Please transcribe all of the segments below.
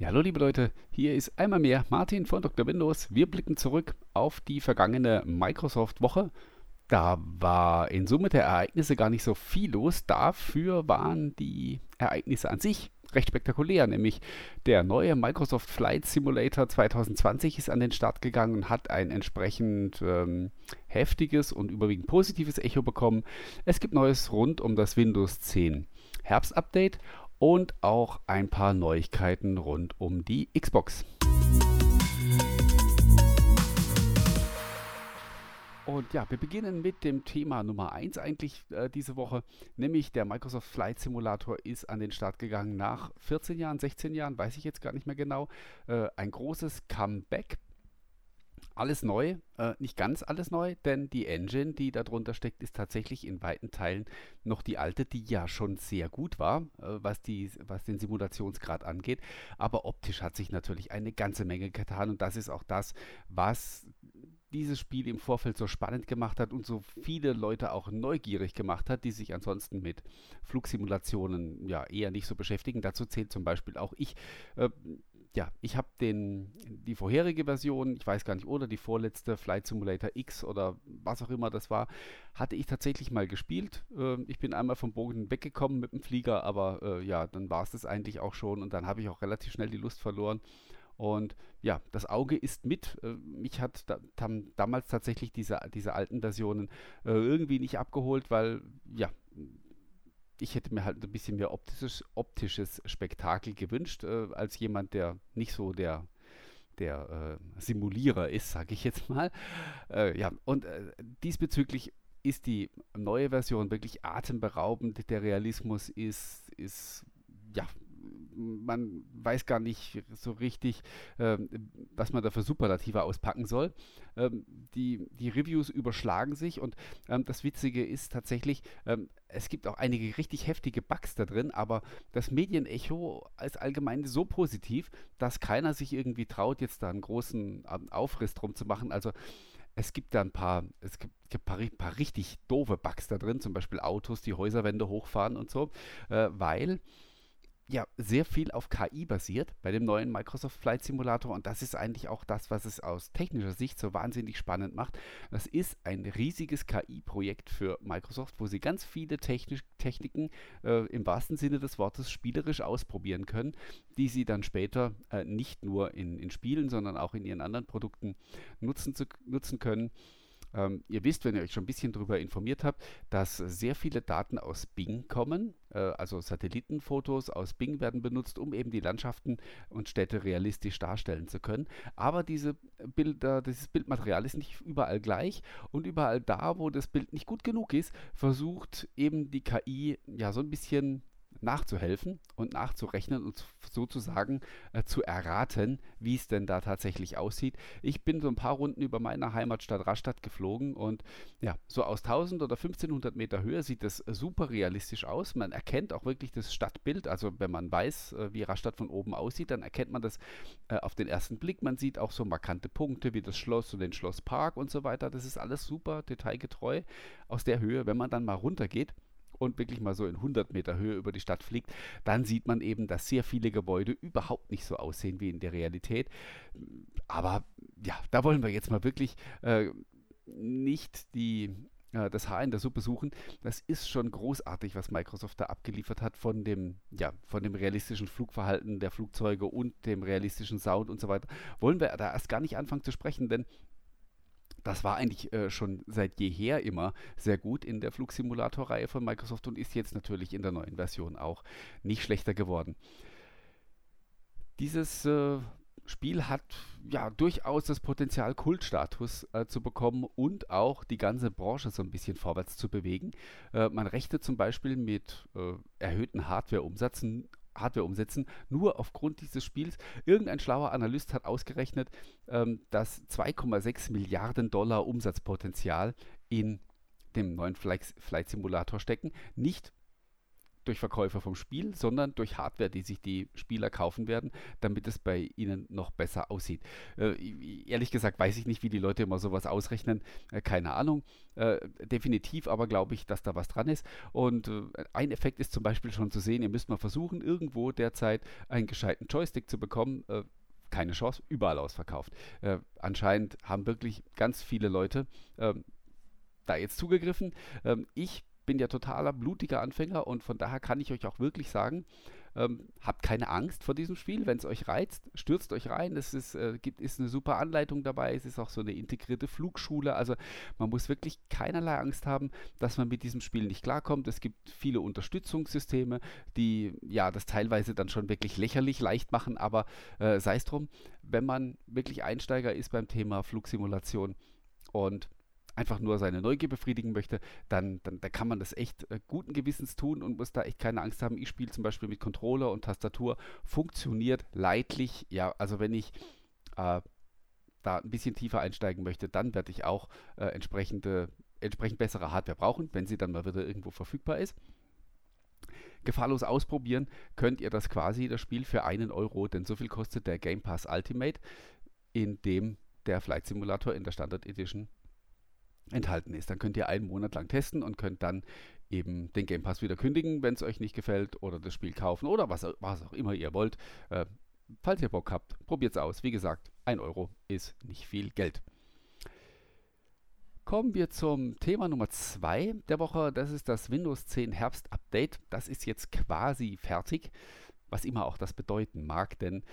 Ja, hallo liebe Leute, hier ist einmal mehr Martin von Dr. Windows. Wir blicken zurück auf die vergangene Microsoft-Woche. Da war in Summe der Ereignisse gar nicht so viel los. Dafür waren die Ereignisse an sich recht spektakulär, nämlich der neue Microsoft Flight Simulator 2020 ist an den Start gegangen und hat ein entsprechend heftiges und überwiegend positives Echo bekommen. Es gibt Neues rund um das Windows 10 Herbst-Update und auch ein paar Neuigkeiten rund um die Xbox. Und ja, wir beginnen mit dem Thema Nummer eins eigentlich diese Woche, nämlich der Microsoft Flight Simulator ist an den Start gegangen nach 14 Jahren, 16 Jahren, weiß ich jetzt gar nicht mehr genau. Ein großes Comeback. Alles neu, nicht ganz alles neu, denn die Engine, die darunter steckt, ist tatsächlich in weiten Teilen noch die alte, die ja schon sehr gut war, was den Simulationsgrad angeht. Aber optisch hat sich natürlich eine ganze Menge getan und das ist auch das, was dieses Spiel im Vorfeld so spannend gemacht hat und so viele Leute auch neugierig gemacht hat, die sich ansonsten mit Flugsimulationen ja eher nicht so beschäftigen. Dazu zählt zum Beispiel auch ich. Äh, ja, ich habe die vorherige Version, ich weiß gar nicht, oder die vorletzte Flight Simulator X oder was auch immer das war, hatte ich tatsächlich mal gespielt. Ich bin einmal vom Boden weggekommen mit dem Flieger, aber ja, dann war es das eigentlich auch schon und dann habe ich auch relativ schnell die Lust verloren. Und ja, das Auge ist mit. Mich hat damals tatsächlich diese alten Versionen irgendwie nicht abgeholt, weil ja, ich hätte mir halt ein bisschen mehr optisches Spektakel gewünscht, als jemand, der nicht so der Simulierer ist, sage ich jetzt mal. Ja, und diesbezüglich ist die neue Version wirklich atemberaubend. Der Realismus ist ja, man weiß gar nicht so richtig, was man da für Superlative auspacken soll. Die Reviews überschlagen sich und das Witzige ist tatsächlich, es gibt auch einige richtig heftige Bugs da drin, aber das Medienecho ist allgemein so positiv, dass keiner sich irgendwie traut, jetzt da einen großen Aufriss drum zu machen. Also es gibt da ein paar richtig doofe Bugs da drin, zum Beispiel Autos, die Häuserwände hochfahren und so, weil ja, sehr viel auf KI basiert bei dem neuen Microsoft Flight Simulator und das ist eigentlich auch das, was es aus technischer Sicht so wahnsinnig spannend macht. Das ist ein riesiges KI-Projekt für Microsoft, wo sie ganz viele Techniken im wahrsten Sinne des Wortes spielerisch ausprobieren können, die sie dann später nicht nur in Spielen, sondern auch in ihren anderen Produkten nutzen können. Ihr wisst, wenn ihr euch schon ein bisschen darüber informiert habt, dass sehr viele Daten aus Bing kommen, also Satellitenfotos aus Bing werden benutzt, um eben die Landschaften und Städte realistisch darstellen zu können. Aber dieses Bildmaterial ist nicht überall gleich und überall da, wo das Bild nicht gut genug ist, versucht eben die KI ja so ein bisschen nachzuhelfen und nachzurechnen und sozusagen zu erraten, wie es denn da tatsächlich aussieht. Ich bin so ein paar Runden über meine Heimatstadt Rastatt geflogen und ja, so aus 1000 oder 1500 Meter Höhe sieht das super realistisch aus. Man erkennt auch wirklich das Stadtbild, also wenn man weiß, wie Rastatt von oben aussieht, dann erkennt man das auf den ersten Blick. Man sieht auch so markante Punkte wie das Schloss und den Schlosspark und so weiter. Das ist alles super detailgetreu aus der Höhe. Wenn man dann mal runtergeht, und wirklich mal so in 100 Meter Höhe über die Stadt fliegt, dann sieht man eben, dass sehr viele Gebäude überhaupt nicht so aussehen wie in der Realität. Aber ja, da wollen wir jetzt mal wirklich nicht das Haar in der Suppe suchen. Das ist schon großartig, was Microsoft da abgeliefert hat von dem realistischen Flugverhalten der Flugzeuge und dem realistischen Sound und so weiter. Wollen wir da erst gar nicht anfangen zu sprechen, denn das war eigentlich schon seit jeher immer sehr gut in der Flugsimulator-Reihe von Microsoft und ist jetzt natürlich in der neuen Version auch nicht schlechter geworden. Dieses Spiel hat ja durchaus das Potenzial, Kultstatus zu bekommen und auch die ganze Branche so ein bisschen vorwärts zu bewegen. Man rechnet zum Beispiel mit erhöhten Hardware-Umsätzen nur aufgrund dieses Spiels. Irgendein schlauer Analyst hat ausgerechnet, dass 2,6 Milliarden Dollar Umsatzpotenzial in dem neuen Flight Simulator stecken. Nicht durch Verkäufer vom Spiel, sondern durch Hardware, die sich die Spieler kaufen werden, damit es bei ihnen noch besser aussieht. Ehrlich gesagt weiß ich nicht, wie die Leute immer sowas ausrechnen. Keine Ahnung. Definitiv aber glaube ich, dass da was dran ist. Und ein Effekt ist zum Beispiel schon zu sehen, ihr müsst mal versuchen, irgendwo derzeit einen gescheiten Joystick zu bekommen. Keine Chance, überall ausverkauft. Anscheinend haben wirklich ganz viele Leute da jetzt zugegriffen. Ich bin ja totaler blutiger Anfänger und von daher kann ich euch auch wirklich sagen, habt keine Angst vor diesem Spiel. Wenn es euch reizt, stürzt euch rein. Es ist eine super Anleitung dabei. Es ist auch so eine integrierte Flugschule. Also man muss wirklich keinerlei Angst haben, dass man mit diesem Spiel nicht klarkommt. Es gibt viele Unterstützungssysteme, die ja das teilweise dann schon wirklich lächerlich leicht machen. Aber sei es drum, wenn man wirklich Einsteiger ist beim Thema Flugsimulation und einfach nur seine Neugier befriedigen möchte, dann da kann man das echt guten Gewissens tun und muss da echt keine Angst haben. Ich spiele zum Beispiel mit Controller und Tastatur, funktioniert leidlich. Ja, also wenn ich da ein bisschen tiefer einsteigen möchte, dann werde ich auch entsprechend bessere Hardware brauchen, wenn sie dann mal wieder irgendwo verfügbar ist. Gefahrlos ausprobieren könnt ihr das quasi, das Spiel für 1 €, denn so viel kostet der Game Pass Ultimate, in dem der Flight Simulator in der Standard Edition enthalten ist. Dann könnt ihr einen Monat lang testen und könnt dann eben den Game Pass wieder kündigen, wenn es euch nicht gefällt, oder das Spiel kaufen oder was auch immer ihr wollt. Falls ihr Bock habt, probiert es aus. Wie gesagt, 1 € ist nicht viel Geld. Kommen wir zum Thema Nummer 2 der Woche. Das ist das Windows 10 Herbst Update. Das ist jetzt quasi fertig, was immer auch das bedeuten mag, denn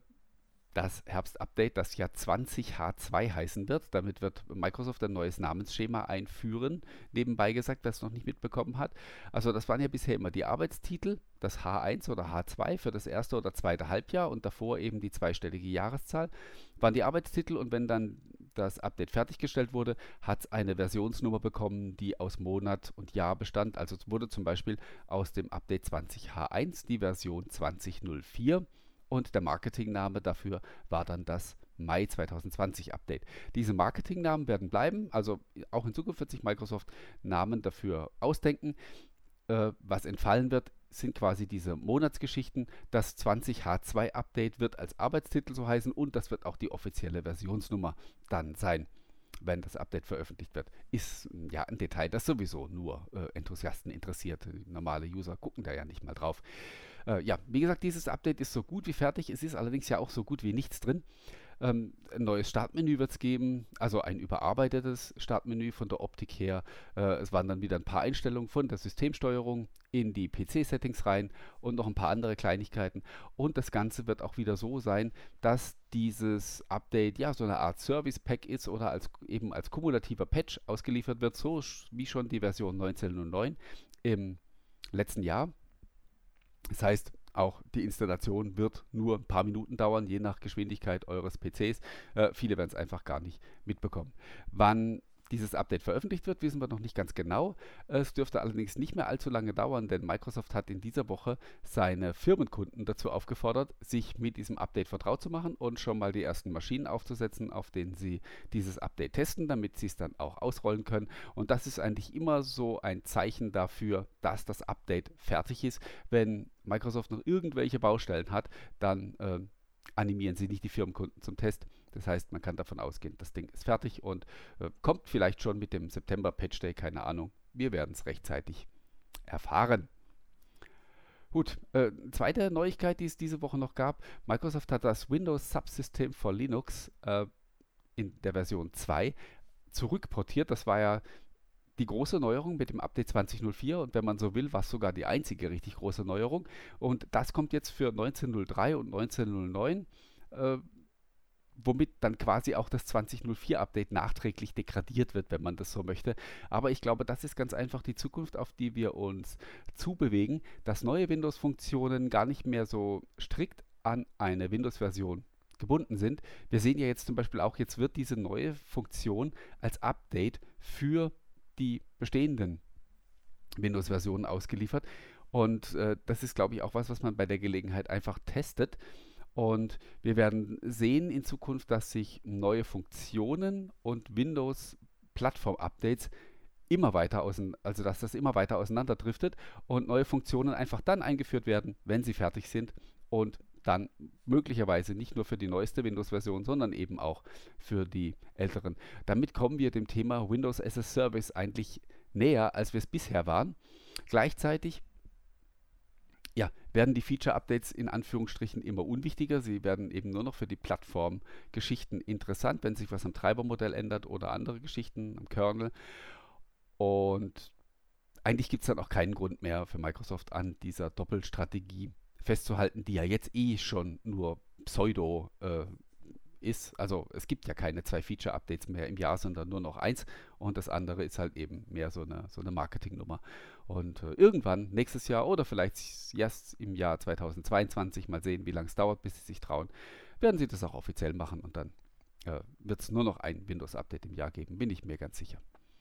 das Herbst-Update, das ja 20H2 heißen wird. Damit wird Microsoft ein neues Namensschema einführen. Nebenbei gesagt, wer es noch nicht mitbekommen hat. Also das waren ja bisher immer die Arbeitstitel, das H1 oder H2 für das erste oder zweite Halbjahr und davor eben die zweistellige Jahreszahl, waren die Arbeitstitel, und wenn dann das Update fertiggestellt wurde, hat es eine Versionsnummer bekommen, die aus Monat und Jahr bestand. Also es wurde zum Beispiel aus dem Update 20H1 die Version 2004. Und der Marketingname dafür war dann das Mai 2020 Update. Diese Marketingnamen werden bleiben, also auch in Zukunft wird sich Microsoft Namen dafür ausdenken. Was entfallen wird, sind quasi diese Monatsgeschichten. Das 20H2 Update wird als Arbeitstitel so heißen und das wird auch die offizielle Versionsnummer dann sein, wenn das Update veröffentlicht wird. Ist ja ein Detail, das sowieso nur Enthusiasten interessiert. Normale User gucken da ja nicht mal drauf. Ja, wie gesagt, dieses Update ist so gut wie fertig. Es ist allerdings ja auch so gut wie nichts drin. Ein neues Startmenü wird es geben, also ein überarbeitetes Startmenü von der Optik her. Es waren dann wieder ein paar Einstellungen von der Systemsteuerung in die PC-Settings rein und noch ein paar andere Kleinigkeiten. Und das Ganze wird auch wieder so sein, dass dieses Update ja so eine Art Service-Pack ist oder eben als kumulativer Patch ausgeliefert wird, so wie schon die Version 1909 im letzten Jahr. Das heißt, auch die Installation wird nur ein paar Minuten dauern, je nach Geschwindigkeit eures PCs. Viele werden es einfach gar nicht mitbekommen. Wann dieses Update veröffentlicht wird, wissen wir noch nicht ganz genau. Es dürfte allerdings nicht mehr allzu lange dauern, denn Microsoft hat in dieser Woche seine Firmenkunden dazu aufgefordert, sich mit diesem Update vertraut zu machen und schon mal die ersten Maschinen aufzusetzen, auf denen sie dieses Update testen, damit sie es dann auch ausrollen können. Und das ist eigentlich immer so ein Zeichen dafür, dass das Update fertig ist. Wenn Microsoft noch irgendwelche Baustellen hat, dann animieren sie nicht die Firmenkunden zum Test. Das heißt, man kann davon ausgehen, das Ding ist fertig und kommt vielleicht schon mit dem September Patch Day, keine Ahnung. Wir werden es rechtzeitig erfahren. Gut, zweite Neuigkeit, die es diese Woche noch gab. Microsoft hat das Windows Subsystem for Linux in der Version 2 zurückportiert. Das war ja die große Neuerung mit dem Update 2004 und wenn man so will, war es sogar die einzige richtig große Neuerung. Und das kommt jetzt für 1903 und 1909, womit dann quasi auch das 2004 Update nachträglich degradiert wird, wenn man das so möchte. Aber ich glaube, das ist ganz einfach die Zukunft, auf die wir uns zubewegen, dass neue Windows-Funktionen gar nicht mehr so strikt an eine Windows-Version gebunden sind. Wir sehen ja jetzt zum Beispiel auch, jetzt wird diese neue Funktion als Update für die bestehenden Windows-Versionen ausgeliefert. Und das ist, glaube ich, auch was man bei der Gelegenheit einfach testet. Und wir werden sehen in Zukunft, dass sich neue Funktionen und Windows-Plattform-Updates also dass das immer weiter auseinanderdriftet und neue Funktionen einfach dann eingeführt werden, wenn sie fertig sind und dann möglicherweise nicht nur für die neueste Windows-Version, sondern eben auch für die älteren. Damit kommen wir dem Thema Windows as a Service eigentlich näher, als wir es bisher waren. Gleichzeitig ja, werden die Feature-Updates in Anführungsstrichen immer unwichtiger. Sie werden eben nur noch für die Plattformgeschichten interessant, wenn sich was am Treibermodell ändert oder andere Geschichten am Kernel. Und eigentlich gibt es dann auch keinen Grund mehr für Microsoft an dieser Doppelstrategie festzuhalten, die ja jetzt schon nur Pseudo ist. Also es gibt ja keine 2 Feature-Updates mehr im Jahr, sondern nur noch eins und das andere ist halt eben mehr so eine Marketingnummer. Und irgendwann, nächstes Jahr oder vielleicht erst im Jahr 2022, mal sehen, wie lange es dauert, bis sie sich trauen, werden sie das auch offiziell machen und dann wird es nur noch ein Windows-Update im Jahr geben, bin ich mir ganz sicher.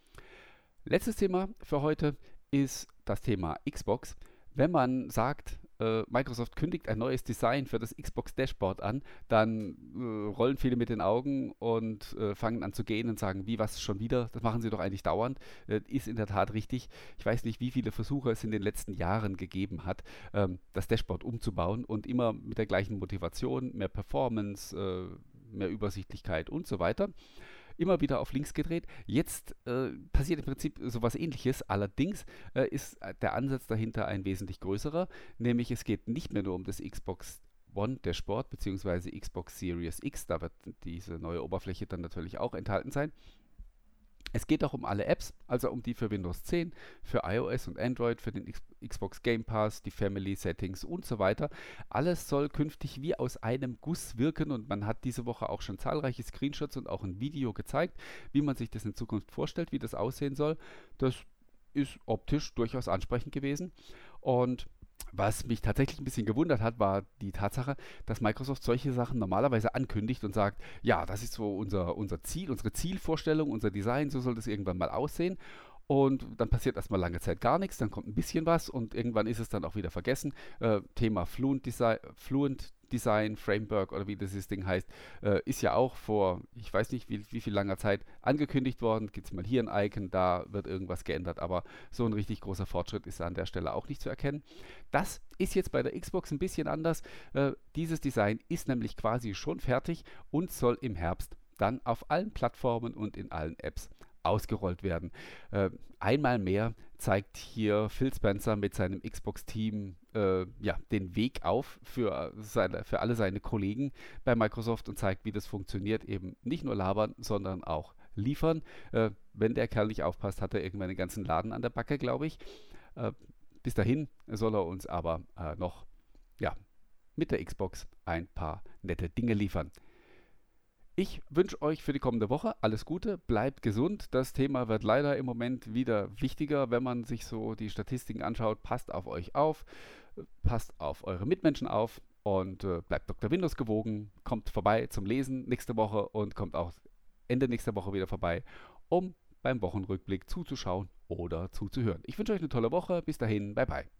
Letztes Thema für heute ist das Thema Xbox. Wenn man sagt, Microsoft kündigt ein neues Design für das Xbox Dashboard an, dann rollen viele mit den Augen und fangen an zu gehen und sagen, wie, was schon wieder? Das machen sie doch eigentlich dauernd. Ist in der Tat richtig. Ich weiß nicht, wie viele Versuche es in den letzten Jahren gegeben hat, das Dashboard umzubauen und immer mit der gleichen Motivation, mehr Performance, mehr Übersichtlichkeit und so weiter. Immer wieder auf links gedreht. Jetzt passiert im Prinzip sowas Ähnliches. Allerdings ist der Ansatz dahinter ein wesentlich größerer. Nämlich es geht nicht mehr nur um das Xbox One Dashboard bzw. Xbox Series X. Da wird diese neue Oberfläche dann natürlich auch enthalten sein. Es geht auch um alle Apps, also um die für Windows 10, für iOS und Android, für den Xbox Game Pass, die Family Settings und so weiter. Alles soll künftig wie aus einem Guss wirken und man hat diese Woche auch schon zahlreiche Screenshots und auch ein Video gezeigt, wie man sich das in Zukunft vorstellt, wie das aussehen soll. Das ist optisch durchaus ansprechend gewesen und was mich tatsächlich ein bisschen gewundert hat, war die Tatsache, dass Microsoft solche Sachen normalerweise ankündigt und sagt, ja, das ist so unser Ziel, unsere Zielvorstellung, unser Design, so soll das irgendwann mal aussehen. Und dann passiert erstmal lange Zeit gar nichts, dann kommt ein bisschen was und irgendwann ist es dann auch wieder vergessen. Thema Fluent Design Framework oder wie dieses Ding heißt, ist ja auch vor, ich weiß nicht wie viel langer Zeit angekündigt worden. Gibt es mal hier ein Icon, da wird irgendwas geändert, aber so ein richtig großer Fortschritt ist an der Stelle auch nicht zu erkennen. Das ist jetzt bei der Xbox ein bisschen anders. Dieses Design ist nämlich quasi schon fertig und soll im Herbst dann auf allen Plattformen und in allen Apps ausgerollt werden. Einmal mehr zeigt hier Phil Spencer mit seinem Xbox-Team den Weg auf für alle seine Kollegen bei Microsoft und zeigt, wie das funktioniert. Eben nicht nur labern, sondern auch liefern. Wenn der Kerl nicht aufpasst, hat er irgendwann den ganzen Laden an der Backe, glaube ich. Bis dahin soll er uns aber noch mit der Xbox ein paar nette Dinge liefern. Ich wünsche euch für die kommende Woche alles Gute, bleibt gesund. Das Thema wird leider im Moment wieder wichtiger, wenn man sich so die Statistiken anschaut. Passt auf euch auf, passt auf eure Mitmenschen auf und bleibt Dr. Windows gewogen. Kommt vorbei zum Lesen nächste Woche und kommt auch Ende nächster Woche wieder vorbei, um beim Wochenrückblick zuzuschauen oder zuzuhören. Ich wünsche euch eine tolle Woche. Bis dahin, bye bye.